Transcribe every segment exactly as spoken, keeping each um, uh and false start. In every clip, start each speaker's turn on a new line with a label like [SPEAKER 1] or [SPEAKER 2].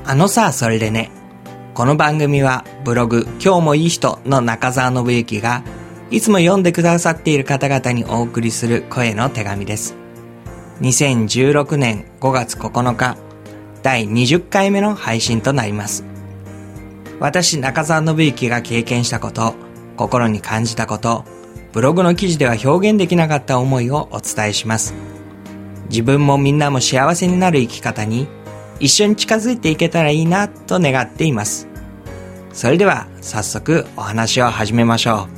[SPEAKER 1] あのさ、それでね。この番組はブログ今日もいい人の中澤信之がいつも読んでくださっている方々にお送りする声の手紙です。にせんじゅうろくねんごがつここのか、だいにじゅっかいめの配信となります。私、中澤信之が経験したこと、心に感じたこと、ブログの記事では表現できなかった思いをお伝えします。自分もみんなも幸せになる生き方に一緒に近づいていけたらいいなと願っています。それでは早速お話を始めましょう。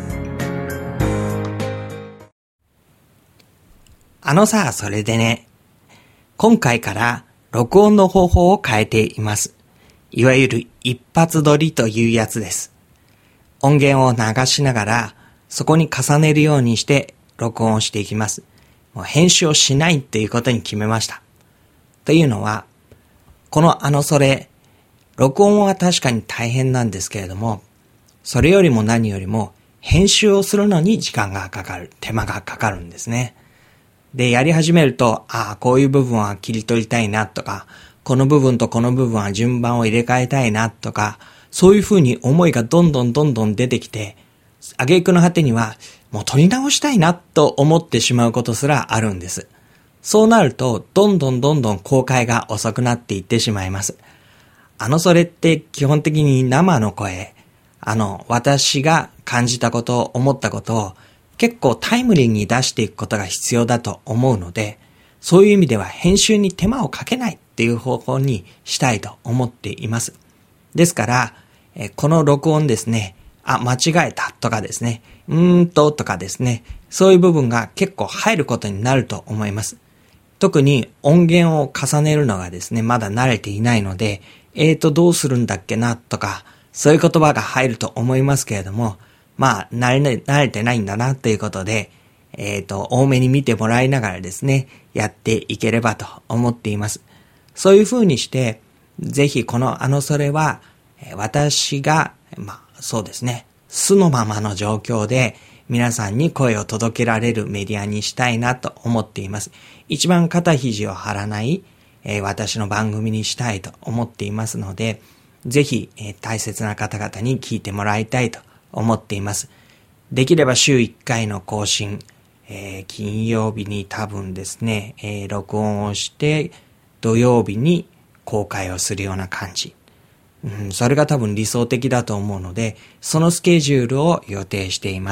[SPEAKER 1] あのさ、それでね。今回から録音の方法を変えています。いわゆる一発撮りというやつです。音源を流しながらそこに重ねるようにして録音をしていきます。もう編集をしないっていうことに決めました。というのは、このあのそれ、録音は確かに大変なんですけれども、それよりも何よりも編集をするのに時間がかかる、手間がかかるんですね。で、やり始めると、ああ、こういう部分は切り取りたいなとか、この部分とこの部分は順番を入れ替えたいなとか、そういうふうに思いがどんどんどんどん出てきて、挙句の果てには、もう撮り直したいなと思ってしまうことすらあるんです。そうなると、どんどんどんどん公開が遅くなっていってしまいます。あのそれって基本的に生の声、あの、私が感じたこと、思ったことを結構タイムリーに出していくことが必要だと思うので、そういう意味では編集に手間をかけないっていう方法にしたいと思っています。ですから、えこの録音ですね、あ、間違えたとかですね、うーんととかですね、そういう部分が結構入ることになると思います。特に音源を重ねるのがですね、まだ慣れていないので、えーとどうするんだっけなとか、そういう言葉が入ると思いますけれども、まあ、慣れ、慣れてないんだなということで、えーと、多めに見てもらいながらですね、やっていければと思っています。そういう風にして、ぜひこのあのそれは、私が、まあそうですね、素のままの状況で、皆さんに声を届けられるメディアにしたいなと思っています。一番肩肘を張らない、えー、私の番組にしたいと思っていますので、ぜひ、えー、大切な方々に聞いてもらいたいと思っています。できれば週いっかいの更新、えー、金曜日に多分ですね、えー、録音をして土曜日に公開をするような感じ。うん、それが多分理想的だと思うので、そのスケジュールを予定しています。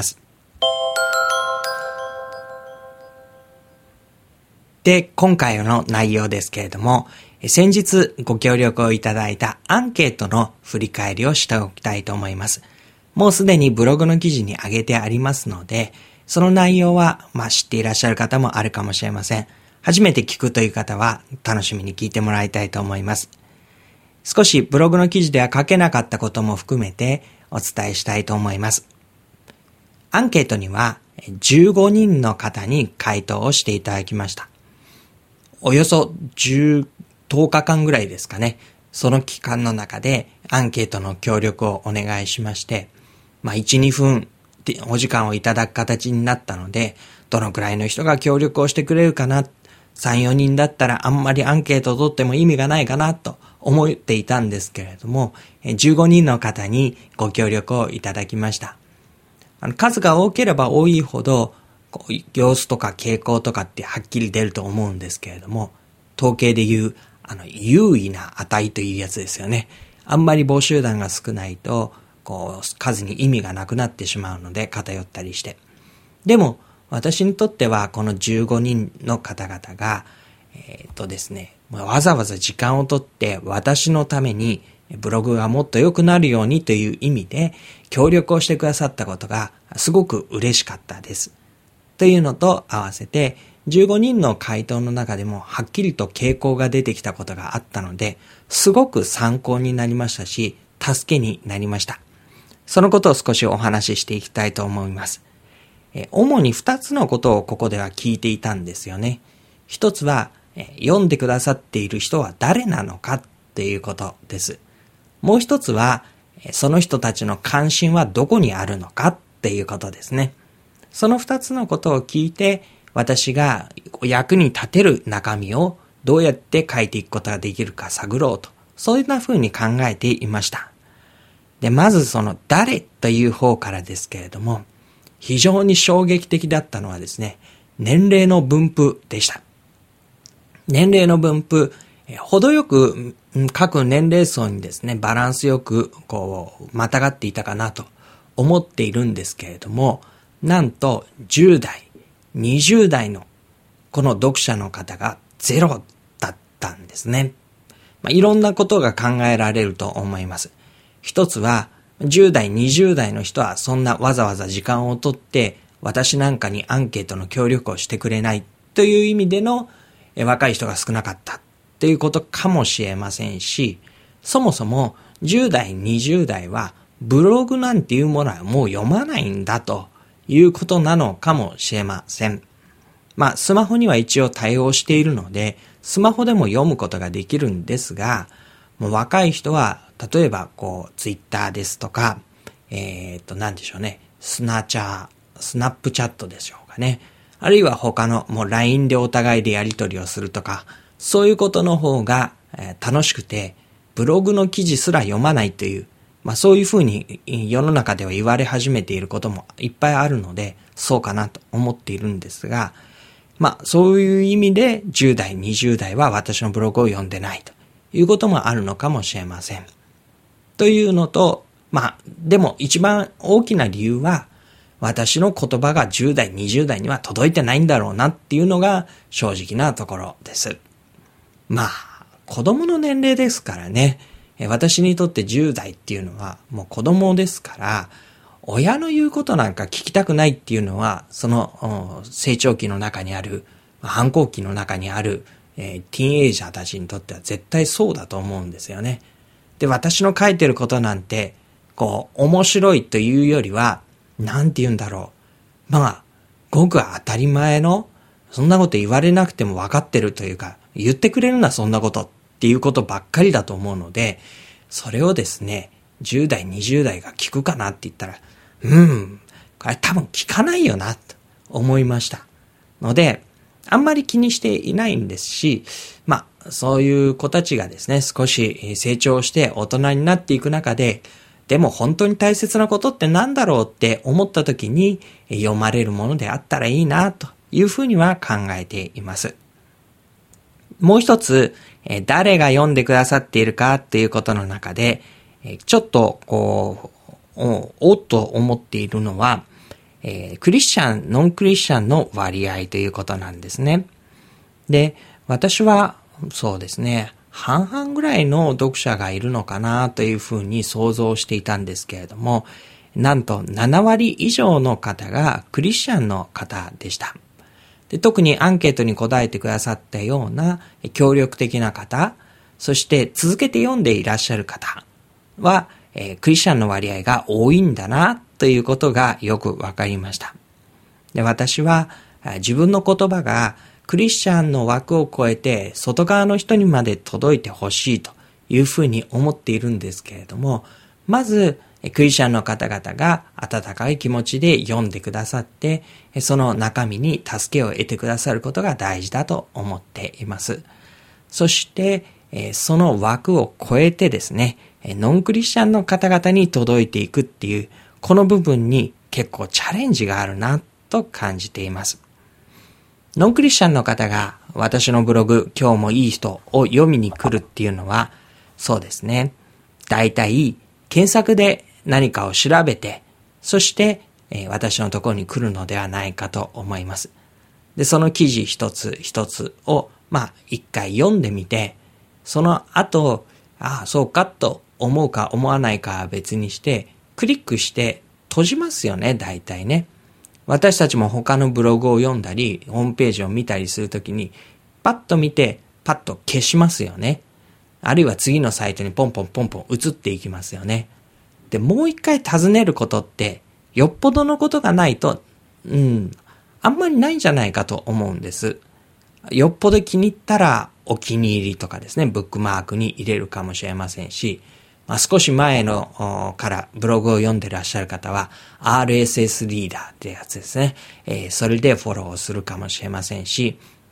[SPEAKER 1] で、今回の内容ですけれども、先日ご協力をいただいたアンケートの振り返りをしておきたいと思います。もうすでにブログの記事に上げてありますので、その内容は、まあ、知っていらっしゃる方もあるかもしれません。初めて聞くという方は楽しみに聞いてもらいたいと思います。少しブログの記事では書けなかったことも含めてお伝えしたいと思います。アンケートにはじゅうごにんの方に回答をしていただきました。およそじゅう、とおかかんぐらいですかね。その期間の中でアンケートの協力をお願いしまして、まあいち、にふんお時間をいただく形になったので、どのくらいの人が協力をしてくれるかな、さん、よにんだったらあんまりアンケートを取っても意味がないかなと思っていたんですけれども、じゅうごにんの方にご協力をいただきました。あの数が多ければ多いほど、こう様子とか傾向とかってはっきり出ると思うんですけれども、統計でいうあの優位な値というやつですよね。あんまり母集団が少ないと、こう数に意味がなくなってしまうので偏ったりして。でも私にとってはこのじゅうごにんの方々が、えー、っとですね、わざわざ時間をとって私のためにブログがもっと良くなるようにという意味で協力をしてくださったことがすごく嬉しかったです。というのと合わせてじゅうごにんの回答の中でもはっきりと傾向が出てきたことがあったので、すごく参考になりましたし、助けになりました。そのことを少しお話ししていきたいと思います。え主にふたつのことをここでは聞いていたんですよね。一つは、え読んでくださっている人は誰なのかっていうことです。もう一つは、その人たちの関心はどこにあるのかっていうことですね。その二つのことを聞いて、私が役に立てる中身をどうやって書いていくことができるか探ろうとそういうな風に考えていました。で、まずその誰という方からですけれども、非常に衝撃的だったのはですね、年齢の分布でした。年齢の分布、程よく各年齢層にですね、バランスよくこう、またがっていたかなと思っているんですけれども、なんとじゅう代、にじゅう代のこの読者の方がゼロだったんですね。まあ、いろんなことが考えられると思います。一つは、じゅう代、にじゅう代の人はそんなわざわざ時間をとって私なんかにアンケートの協力をしてくれないという意味でのえ若い人が少なかったっていうことかもしれませんし、そもそもじゅう代、にじゅう代はブログなんていうものはもう読まないんだということなのかもしれません。まあスマホには一応対応しているのでスマホでも読むことができるんですが、もう若い人は例えばこうツイッターですとか、えっと何でしょうね、スナチャー、スナップチャットでしょうかね。あるいは他のもう ライン でお互いでやり取りをするとか、そういうことの方が、えー、楽しくて、ブログの記事すら読まないという、まあそういうふうに世の中では言われ始めていることもいっぱいあるので、そうかなと思っているんですが、まあそういう意味でじゅう代、にじゅう代は私のブログを読んでないということもあるのかもしれません。というのと、まあでも一番大きな理由は、私の言葉がじゅう代、にじゅう代には届いてないんだろうなっていうのが正直なところです。まあ、子供の年齢ですからね。私にとってじゅう代っていうのはもう子供ですから、親の言うことなんか聞きたくないっていうのは、その成長期の中にある、反抗期の中にある、えー、ティーンエイジャーたちにとっては絶対そうだと思うんですよね。で、私の書いてることなんて、こう、面白いというよりは、なんて言うんだろう。まあ、ごく当たり前の、そんなこと言われなくても分かってるというか、言ってくれるなそんなことっていうことばっかりだと思うので、それをですね、じゅう代、にじゅう代が聞くかなって言ったら、うん、これ多分聞かないよな、と思いました。ので、あんまり気にしていないんですし、まあ、そういう子たちがですね、少し成長して大人になっていく中で、でも本当に大切なことって何だろうって思った時に読まれるものであったらいいなというふうには考えています。もう一つ、誰が読んでくださっているかっていうことの中で、ちょっとこう、お, おっと思っているのは、えー、クリスチャン、ノンクリスチャンの割合ということなんですね。で、私はそうですね、半々ぐらいの読者がいるのかなというふうに想像していたんですけれども、なんとなな割以上の方がクリスチャンの方でした。で、特にアンケートに答えてくださったような協力的な方、そして続けて読んでいらっしゃる方は、えー、クリスチャンの割合が多いんだなということがよくわかりました。で、私は自分の言葉がクリスチャンの枠を超えて外側の人にまで届いてほしいというふうに思っているんですけれども、まずクリスチャンの方々が温かい気持ちで読んでくださって、その中身に助けを得てくださることが大事だと思っています。そしてその枠を超えてですね、ノンクリスチャンの方々に届いていくっていうこの部分に結構チャレンジがあるなと感じています。ノンクリスチャンの方が私のブログ今日もいい人を読みに来るっていうのは、そうですね、だいたい検索で何かを調べて、そして、えー、私のところに来るのではないかと思います。で、その記事一つ一つをまあ一回読んでみて、その後、ああそうかと思うか思わないかは別にしてクリックして閉じますよね、大体ね。私たちも他のブログを読んだりホームページを見たりするときにパッと見てパッと消しますよね。あるいは次のサイトにポンポンポンポン移っていきますよね。で、もう一回尋ねることってよっぽどのことがないと、うん、あんまりないんじゃないかと思うんです。よっぽど気に入ったらお気に入りとかですね、ブックマークに入れるかもしれませんし、まあ、少し前のからブログを読んでらっしゃる方は アールエスエス リーダーってやつですね、えー、それでフォローするかもしれませんし、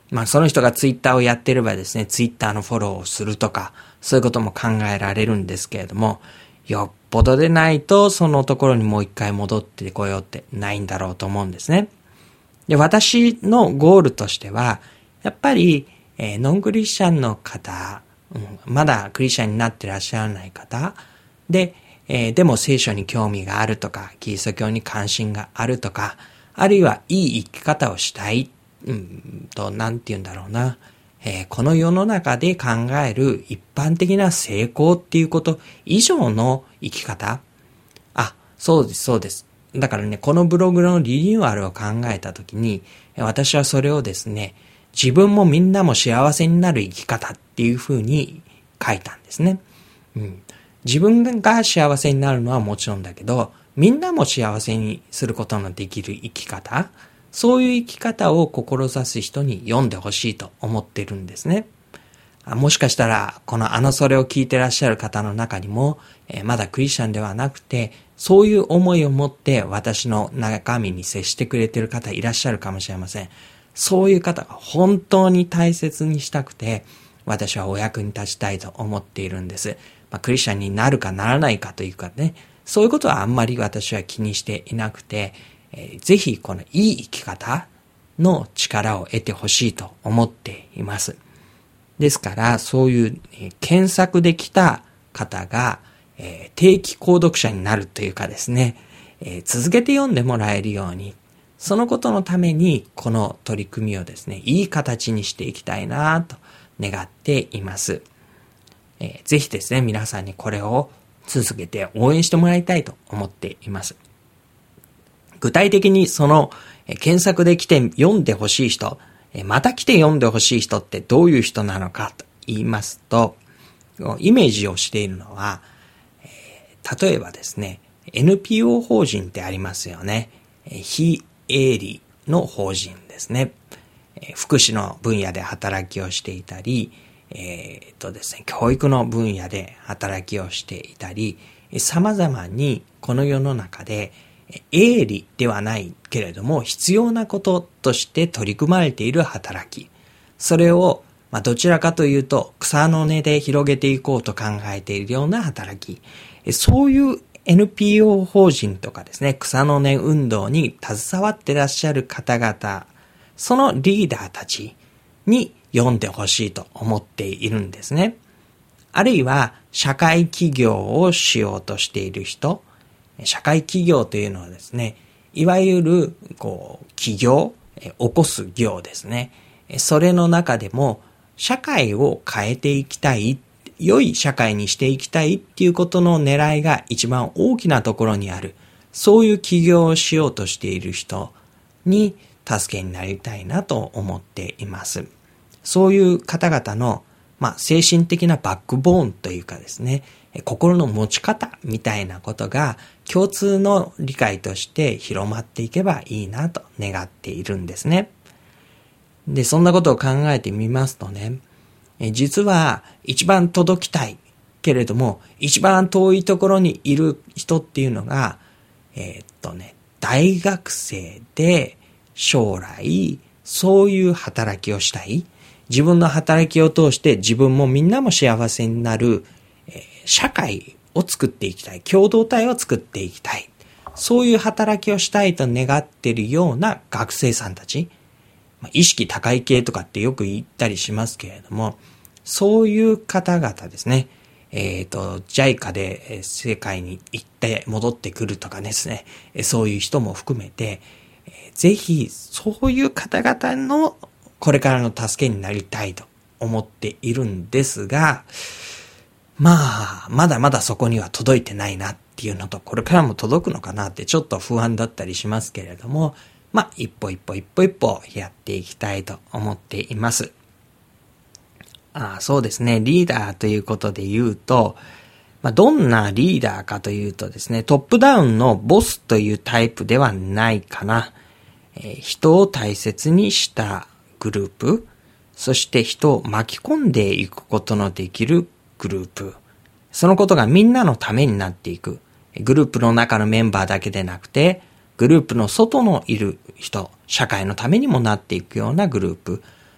[SPEAKER 1] まあその人がツイッターをやってればですね、ツイッターのフォローをするとか、そういうことも考えられるんですけれども、よっぽどでないとそのところにもう一回戻ってこようってないんだろうと思うんですね。で、私のゴールとしては、やっぱり、えー、ノンクリスチャンの方、うん、まだクリスチャンになってらっしゃらない方で、えー、でも聖書に興味があるとか、キリスト教に関心があるとか、あるいはいい生き方をしたい、うんと、なんて言うんだろうな、えー、この世の中で考える一般的な成功っていうこと以上の生き方。あ、そうです、そうです。だからね、このブログのリニューアルを考えたときに、私はそれをですね、自分もみんなも幸せになる生き方っていうふうに書いたんですね。うん、自分が幸せになるのはもちろんだけど、みんなも幸せにすることのできる生き方、そういう生き方を志す人に読んでほしいと思ってるんですね。もしかしたら、このあのそれを聞いてらっしゃる方の中にも、えー、まだクリスチャンではなくて、そういう思いを持って私の中身に接してくれている方いらっしゃるかもしれません。そういう方が本当に大切にしたくて、私はお役に立ちたいと思っているんです。まあ、クリスチャンになるかならないかというかね、そういうことはあんまり私は気にしていなくて、えー、ぜひこのいい生き方の力を得てほしいと思っています。ですから、そういう、えー、検索できた方が、えー、定期購読者になるというかですね、えー、続けて読んでもらえるように、そのことのためにこの取り組みをですね、いい形にしていきたいなと願っています。えー、ぜひですね、皆さんにこれを続けて応援してもらいたいと思っています。具体的にその、えー、検索で来て読んでほしい人、えー、また来て読んでほしい人ってどういう人なのかと言いますと、イメージをしているのは、えー、例えばですね、エヌピーオー 法人ってありますよね。えー、非営利の法人ですね。えー、福祉の分野で働きをしていたり、えー、っとですね、教育の分野で働きをしていたり、様々にこの世の中で営利ではないけれども必要なこととして取り組まれている働き。それを、まあ、どちらかというと草の根で広げていこうと考えているような働き。そういう エヌピーオー 法人とかですね、草の根運動に携わってらっしゃる方々、そのリーダーたちに読んでほしいと思っているんですね。あるいは社会起業をしようとしている人、社会起業というのはですね、いわゆるこう起業、起こす業ですね。それの中でも社会を変えていきたい、良い社会にしていきたいっていうことの狙いが一番大きなところにある。そういう起業をしようとしている人に助けになりたいなと思っています。そういう方々の、まあ、精神的なバックボーンというかですね、心の持ち方みたいなことが共通の理解として広まっていけばいいなと願っているんですね。で、そんなことを考えてみますとね、実は一番届きたいけれども、一番遠いところにいる人っていうのが、えー、っとね、大学生で将来そういう働きをしたい。自分の働きを通して自分もみんなも幸せになる、えー、社会を作っていきたい。共同体を作っていきたい。そういう働きをしたいと願っているような学生さんたち。意識高い系とかってよく言ったりしますけれども、そういう方々ですね。えっと、ジャイカ で世界に行って戻ってくるとかですね。そういう人も含めて、ぜひそういう方々のこれからの助けになりたいと思っているんですが、まあ、まだまだそこには届いてないなっていうのと、これからも届くのかなってちょっと不安だったりしますけれども、まあ、一歩一歩一歩一歩やっていきたいと思っています。ああ、そうですね。リーダーということで言うと、まあ、どんなリーダーかというとですね、トップダウンのボスというタイプではないかな。えー、人を大切にしたグループ、そして人を巻き込んでいくことのできるグループ、そのことがみんなのためになっていく。グループの中のメンバーだけでなくて、グループの外のいる人、社会のためにもなっていくようなグループ、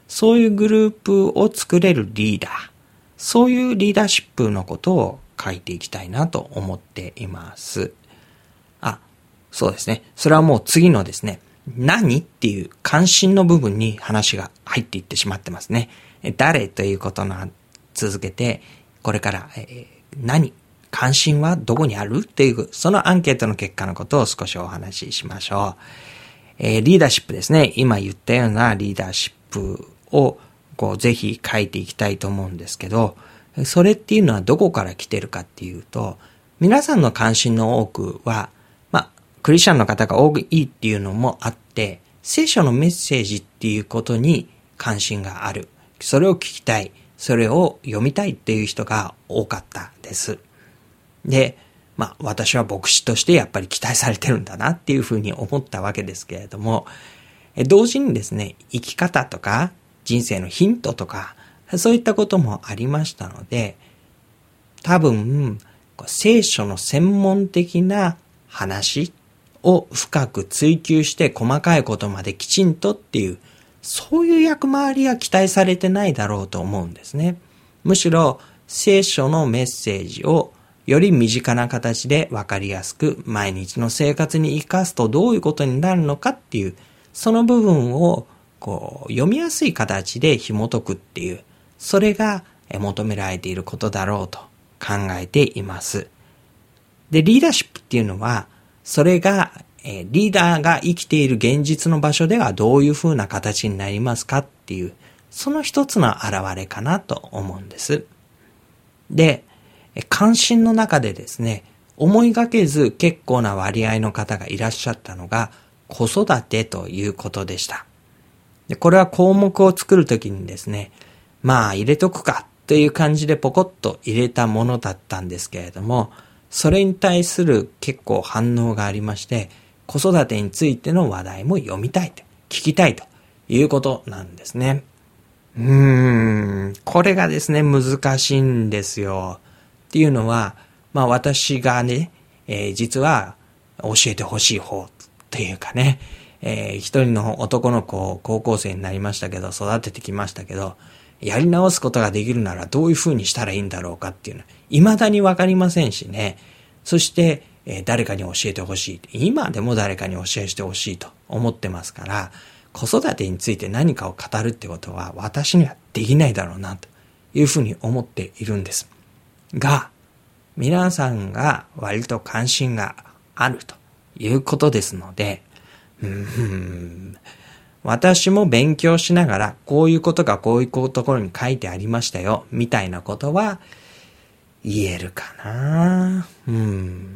[SPEAKER 1] そういうグループを作れるリーダー、そういうリーダーシップのことを書いていきたいなと思っています。あ、そうですね。それはもう次のですね、何っていう関心の部分に話が入っていってしまってますね。誰ということの続けて、これから、えー、何関心はどこにあるっていう、そのアンケートの結果のことを少しお話ししましょう。えー、リーダーシップですね。今言ったようなリーダーシップをこうぜひ書いていきたいと思うんですけど、それっていうのはどこから来てるかっていうと、皆さんの関心の多くは、まあ、クリスチャンの方が多いっていうのもあって、聖書のメッセージっていうことに関心がある。それを聞きたい。それを読みたいっていう人が多かったです。で、まあ私は牧師としてやっぱり期待されてるんだなっていうふうに思ったわけですけれども、同時にですね、生き方とか人生のヒントとか、そういったこともありましたので、多分、聖書の専門的な話を深く追求して細かいことまできちんとっていう、そういう役回りは期待されてないだろうと思うんですね。むしろ聖書のメッセージをより身近な形で分かりやすく毎日の生活に生かすとどういうことになるのかっていう、その部分をこう読みやすい形で紐解くっていう、それが求められていることだろうと考えています。で、リーダーシップっていうのは、それがリーダーが生きている現実の場所ではどういうふうな形になりますかっていう、その一つの表れかなと思うんです。で、関心の中でですね、思いがけず結構な割合の方がいらっしゃったのが子育てということでした。で、これは項目を作るときにですね、まあ入れとくかという感じでポコッと入れたものだったんですけれども、それに対する結構反応がありまして、子育てについての話題も読みたいと、聞きたいということなんですね。うーん、これがですね、難しいんですよ。っていうのは、まあ私がね、えー、実は教えてほしい方っていうかね、えー、一人の男の子を高校生になりましたけど、育ててきましたけど、やり直すことができるならどういうふうにしたらいいんだろうかっていうのは、未だにわかりませんしね。そして、えー、誰かに教えてほしい。今でも誰かに教えしてほしいと思ってますから、子育てについて何かを語るってことは私にはできないだろうなというふうに思っているんです。が、皆さんが割と関心があるということですので、うーん、私も勉強しながらこういうことがこういうところに書いてありましたよみたいなことは言えるかな。うん。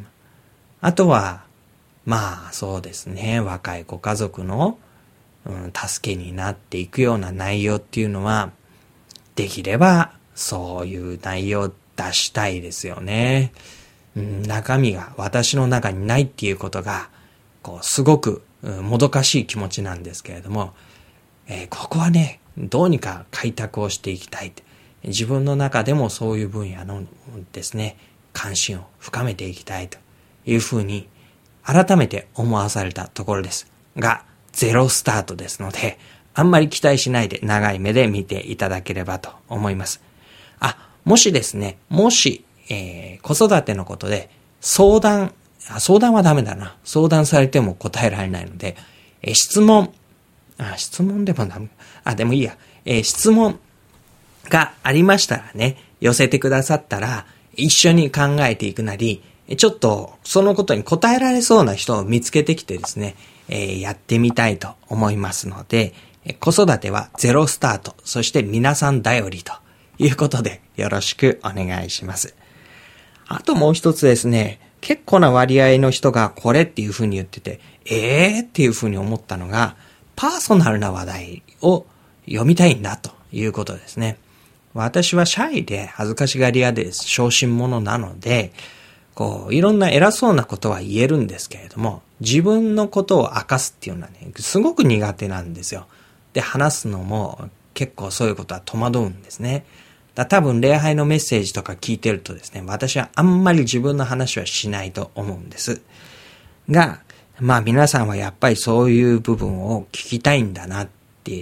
[SPEAKER 1] あとはまあそうですね、若いご家族の、うん、助けになっていくような内容っていうのはできればそういう内容を出したいですよね。うん、中身が私の中にないっていうことがこうすごくもどかしい気持ちなんですけれども、えー、ここはね、どうにか開拓をしていきたい。自分の中でもそういう分野のですね、関心を深めていきたいというふうに改めて思わされたところですが、ゼロスタートですので、あんまり期待しないで長い目で見ていただければと思います。あ、もしですね、もし、えー、子育てのことで相談あ、相談はダメだな。相談されても答えられないので、え質問、あ、質問でもダメ。あ、でもいいや。え質問がありましたらね、寄せてくださったら、一緒に考えていくなり、ちょっとそのことに答えられそうな人を見つけてきてですね、えー、やってみたいと思いますので、子育てはゼロスタート、そして皆さん頼りということでよろしくお願いします。あともう一つですね、結構な割合の人がこれっていう風に言ってて、えーっていう風に思ったのが、パーソナルな話題を読みたいんだということですね。私はシャイで恥ずかしがり屋で小心者なので、こう、いろんな偉そうなことは言えるんですけれども、自分のことを明かすっていうのはね、すごく苦手なんですよ。で、話すのも結構そういうことは戸惑うんですね。だ多分礼拝のメッセージとか聞いてるとですね、私はあんまり自分の話はしないと思うんです。が、まあ皆さんはやっぱりそういう部分を聞きたいんだなって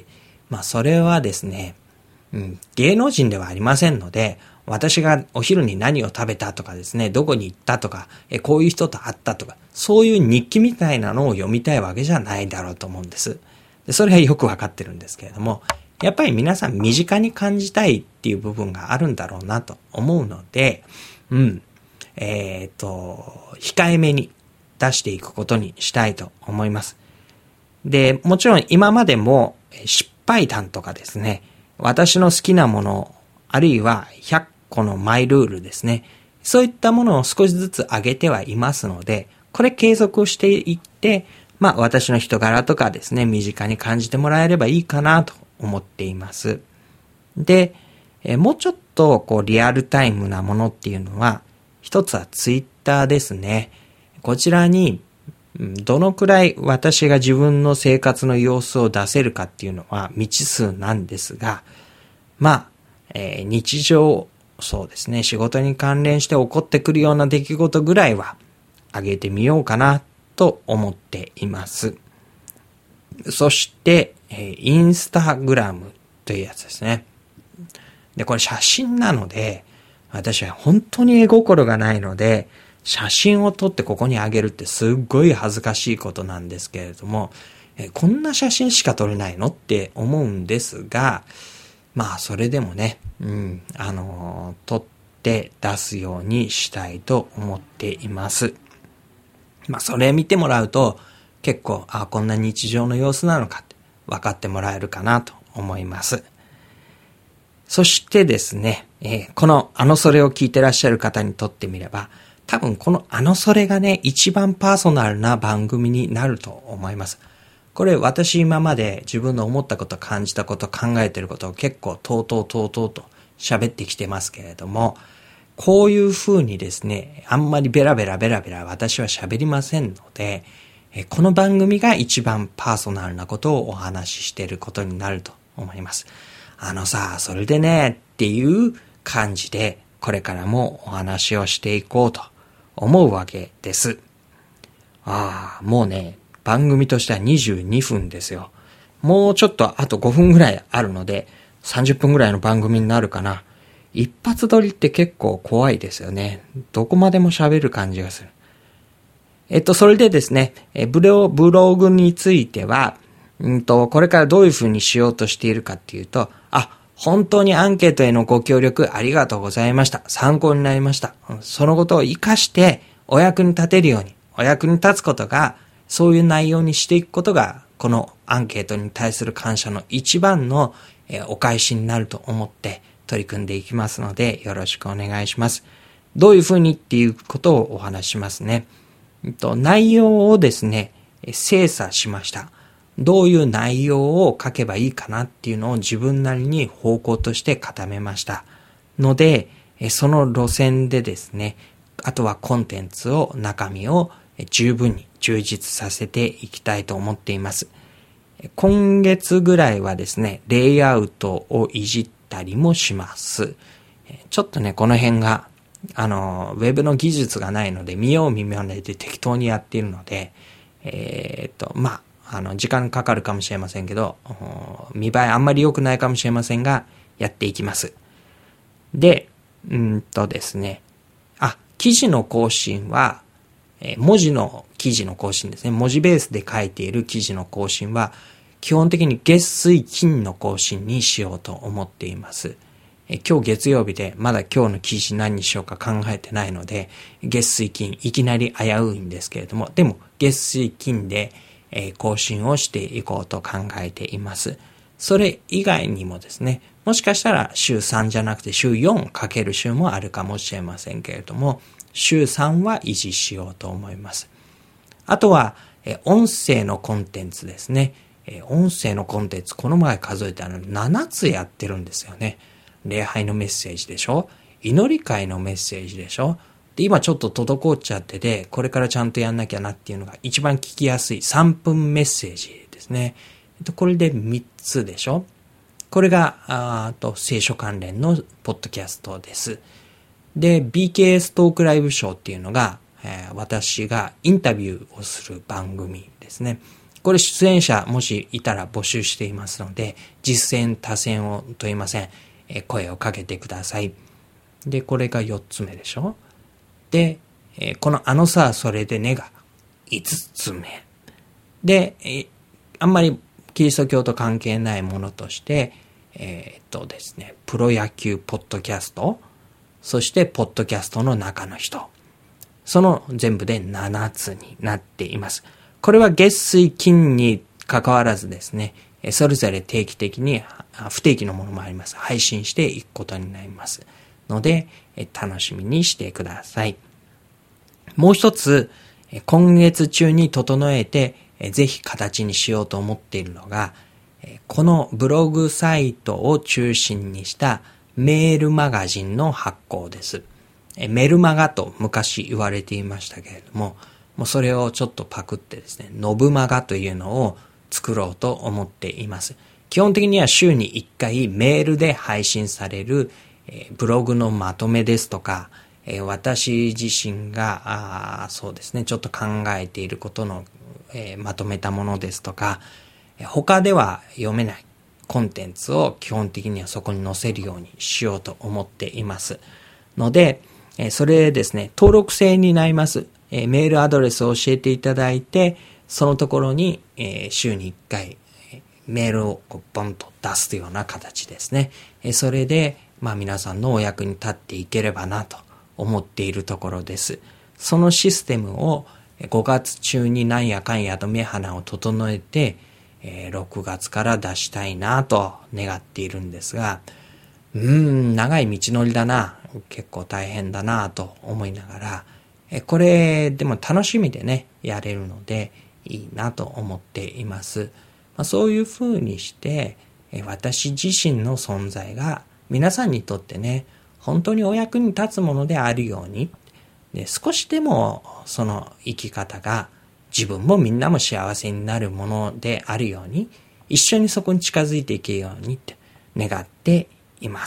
[SPEAKER 1] まあそれはですね、うん、芸能人ではありませんので、私がお昼に何を食べたとかですね、どこに行ったとか、えこういう人と会ったとか、そういう日記みたいなのを読みたいわけじゃないだろうと思うんです。でそれはよくわかってるんですけれども、やっぱり皆さん身近に感じたいっていう部分があるんだろうなと思うので、うん、えっと、控えめに出していくことにしたいと思います。で、もちろん今までも失敗談とかですね、私の好きなもの、あるいはひゃっこのマイルールですね。そういったものを少しずつ上げてはいますので、これ継続していって、まあ私の人柄とかですね、身近に感じてもらえればいいかなと思っています。で、えもうちょっとこうリアルタイムなものっていうのは、一つはツイッターですね。こちらにどのくらい私が自分の生活の様子を出せるかっていうのは未知数なんですが、まあ、えー、日常、そうですね、仕事に関連して起こってくるような出来事ぐらいは上げてみようかなと思っています。そして、えー、インスタグラムというやつですね。で、これ写真なので、私は本当に絵心がないので、写真を撮ってここにあげるってすっごい恥ずかしいことなんですけれども、えー、こんな写真しか撮れないのって思うんですが、まあそれでもね、うん、あのー、撮って出すようにしたいと思っています。まあそれ見てもらうと結構、あ、こんな日常の様子なのかって分かってもらえるかなと思います。そしてですね、えー、このあのそれを聞いてらっしゃる方にとってみれば、多分このあのそれがね、一番パーソナルな番組になると思います。これ私今まで自分の思ったこと、感じたこと、考えていることを結構とうとうとうとうと喋ってきてますけれども、こういう風にですね、あんまりベラベラベラベラ私は喋りませんので、この番組が一番パーソナルなことをお話ししていることになると思います。あのさ、それでねっていう感じでこれからもお話をしていこうと思うわけです。ああ、もうね、番組としてはにじゅうにふんですよ。もうちょっとあとごふんぐらいあるので、さんじゅっぷんぐらいの番組になるかな。一発撮りって結構怖いですよね。どこまでも喋る感じがする。えっと、それでですね、えブロブログについては、うんと、これからどういうふうにしようとしているかっていうと、あ、本当にアンケートへのご協力ありがとうございました。参考になりました。そのことを活かしてお役に立てるように、お役に立つことが、そういう内容にしていくことが、このアンケートに対する感謝の一番のお返しになると思って取り組んでいきますので、よろしくお願いします。どういうふうにっていうことをお話しますね。内容をですね、精査しました。どういう内容を書けばいいかなっていうのを自分なりに方向として固めましたので、その路線でですね、あとはコンテンツを、中身を十分に充実させていきたいと思っています。今月ぐらいはですね、レイアウトをいじったりもします。ちょっとね、この辺が、あの、ウェブの技術がないので、見よう見まねで適当にやっているので、えー、っと、まあ、あの、時間かかるかもしれませんけど、見栄えあんまり良くないかもしれませんが、やっていきます。で、うんとですね、あ、記事の更新は、え文字の記事の更新ですね。文字ベースで書いている記事の更新は、基本的に月水金の更新にしようと思っています。え今日月曜日でまだ今日の記事何にしようか考えてないので、月水金いきなり危ういんですけれども、でも月水金で、えー、更新をしていこうと考えています。それ以外にもですね、もしかしたら週さんじゃなくて週よんかける週もあるかもしれませんけれども、週さんは維持しようと思います。あとは、え音声のコンテンツですね。え音声のコンテンツ、この前数えたらななつやってるんですよね。礼拝のメッセージでしょ、祈り会のメッセージでしょ、で今ちょっと滞っちゃってて、これからちゃんとやんなきゃなっていうのが一番聞きやすいさんぷんメッセージですね。これでみっつでしょ。これがあと聖書関連のポッドキャストです。で ビーケーエス トークライブショーっていうのが、えー、私がインタビューをする番組ですね。 これ出演者もしいたら募集していますので、実践多選を問いません。えー、声をかけてください。で、これがよっつめでしょ。で、えー、このあのさ、それでねがいつつめ。で、えー、あんまりキリスト教と関係ないものとして、えー、っとですね、プロ野球ポッドキャスト、そしてポッドキャストの中の人。その全部でななつになっています。これは月水金に関わらずですね、それぞれ定期的に、不定期のものもあります。配信していくことになりますので、楽しみにしてください。もう一つ、今月中に整えて、ぜひ形にしようと思っているのが、このブログサイトを中心にしたメールマガジンの発行です。メルマガと昔言われていましたけれども、もうそれをちょっとパクってですね、ノブマガというのを作ろうと思っています。基本的には週にいっかいメールで配信される、えー、ブログのまとめですとか、えー、私自身があそうですね、ちょっと考えていることの、えー、まとめたものですとか、えー、他では読めないコンテンツを基本的にはそこに載せるようにしようと思っていますので、えー、それですね、登録制になります。えー、メールアドレスを教えていただいて、そのところに、えー、週にいっかい、えー、メールをこうボンと出すような形ですね。えー、それで、まあ皆さんのお役に立っていければなと思っているところです。そのシステムをごがつ中になんやかんやと目鼻を整えて、えー、ろくがつから出したいなと願っているんですが、うーん、長い道のりだな、結構大変だなと思いながら、これでも楽しみでね、やれるのでいいなと思っています。まあ、そういうふうにして、私自身の存在が皆さんにとってね、本当にお役に立つものであるように、で少しでもその生き方が自分もみんなも幸せになるものであるように、一緒にそこに近づいていけるようにって願っています。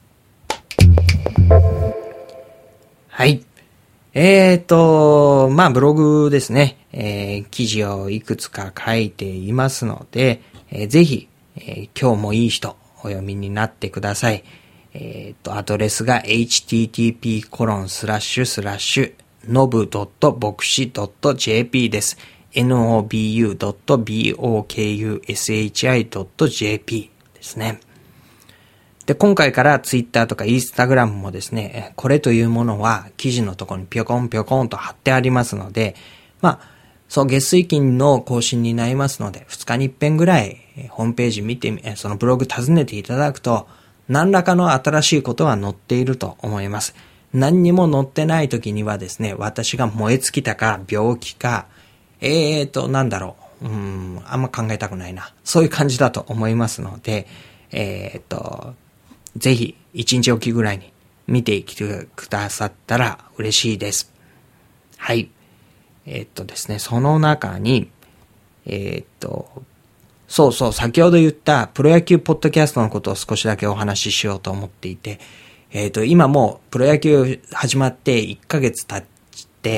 [SPEAKER 1] はい。えーと、まあブログですね、えー、記事をいくつか書いていますので、えー、ぜひ、えー、今日もいい人お読みになってください。えーと、アドレスが エイチティーティーピーコロンスラッシュスラッシュノブドットボクシドットジェーピー です。エヌオービーユードットボクシドットジェーピー ですね。で、今回からツイッターとかインスタグラムもですね、これというものは記事のところにぴょこんぴょこんと貼ってありますので、まあ、そう、月水金の更新になりますので、ふつかに一遍ぐらいホームページ見て、そのブログ訪ねていただくと、何らかの新しいことは載っていると思います。何にも載ってない時にはですね、私が燃え尽きたか、病気か、えーと、なんだろう、うーん、あんま考えたくないな。そういう感じだと思いますので、えーと、ぜひ一日おきぐらいに見てきてくださったら嬉しいです。はい。えー、っとですね、その中に、えー、っと、そうそう、先ほど言ったプロ野球ポッドキャストのことを少しだけお話ししようと思っていて、えー、っと、今もうプロ野球始まっていっかげつ経って、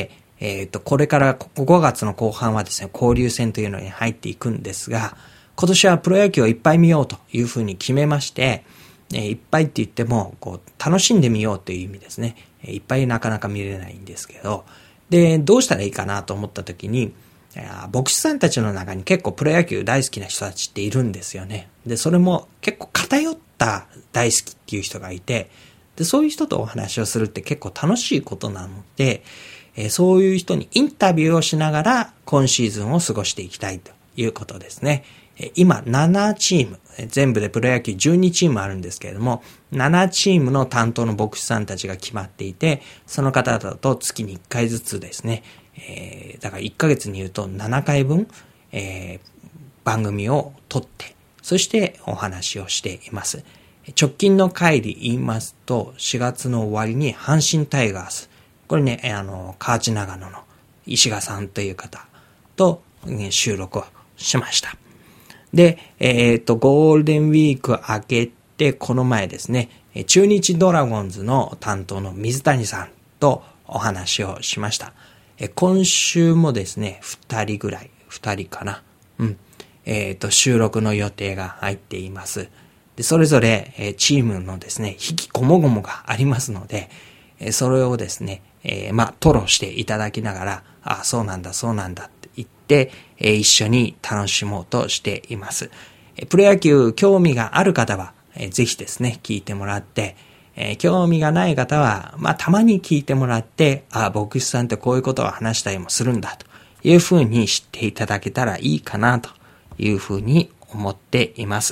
[SPEAKER 1] えー、っと、これからごがつの後半はですね、交流戦というのに入っていくんですが、今年はプロ野球をいっぱい見ようというふうに決めまして、えー、いっぱいって言ってもこう楽しんでみようという意味ですね。えー、いっぱいなかなか見れないんですけど、でどうしたらいいかなと思った時に、牧師さんたちの中に結構プロ野球大好きな人たちっているんですよね。でそれも結構偏った大好きっていう人がいて、でそういう人とお話をするって結構楽しいことなので、えー、そういう人にインタビューをしながら今シーズンを過ごしていきたいということですね。今ななチーム、全部でプロ野球じゅうにチームあるんですけれども、ななチームの担当の牧師さんたちが決まっていて、その方々と月にいっかいずつですね、えー、だからいっかげつに言うとななかいぶん、えー、番組を撮って、そしてお話をしています。直近の回で言いますと、しがつの終わりに阪神タイガース、これね、あの、河内長野の石賀さんという方と、ね、収録をしました。で、えっと、ゴールデンウィーク明けて、この前ですね、中日ドラゴンズの担当の水谷さんとお話をしました。今週もですね、二人ぐらい、二人かな、 うん。えっと、収録の予定が入っています。で、それぞれ、えー、チームのですね、引きこもごもがありますので、えー、それをですね、えー、まあ、吐露していただきながら、あ、そうなんだ、そうなんだって言って、えー、一緒に楽しもうとしています。えー、プロ野球興味がある方は、えー、ぜひですね、聞いてもらって、えー、興味がない方は、まあ、たまに聞いてもらって、あ、牧師さんってこういうことを話したりもするんだというふうに知っていただけたらいいかなというふうに思っています。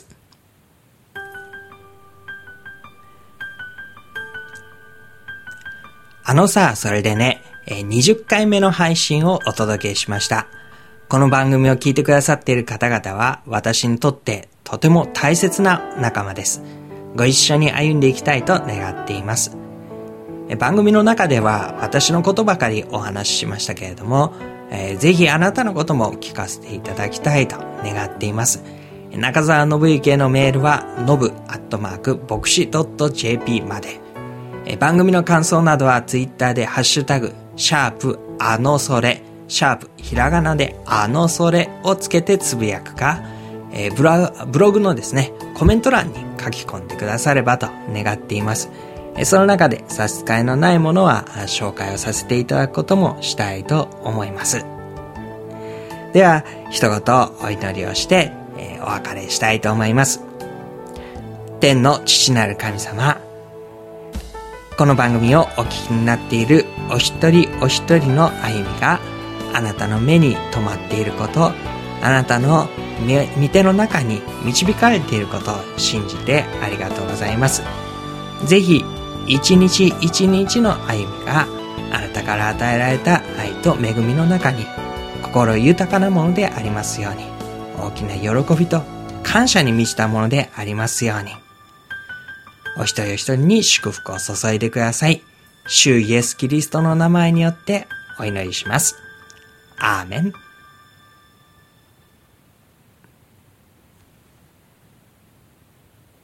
[SPEAKER 1] あのさ、それでね、にじゅっかいめの配信をお届けしました。この番組を聞いてくださっている方々は、私にとってとても大切な仲間です。ご一緒に歩んでいきたいと願っています。番組の中では私のことばかりお話ししましたけれども、えー、ぜひあなたのことも聞かせていただきたいと願っています。中澤信之へのメールはのぶアットマーク牧師 .jp まで。番組の感想などはツイッターでハッシュタグシャープあのそれシャープひらがなであのそれをつけてつぶやくか、えー、ブログ、ブログのですねコメント欄に書き込んでくださればと願っています。その中で差し支えのないものは紹介をさせていただくこともしたいと思います。では一言お祈りをして、えー、お別れしたいと思います。天の父なる神様、この番組をお聞きになっているお一人お一人の歩みがあなたの目に留まっていること、あなたの御手の中に導かれていることを信じてありがとうございます。ぜひ一日一日の歩みがあなたから与えられた愛と恵みの中に心豊かなものでありますように、大きな喜びと感謝に満ちたものでありますように。お一人お一人に祝福を注いでください。主イエスキリストの名前によってお祈りします。アーメン。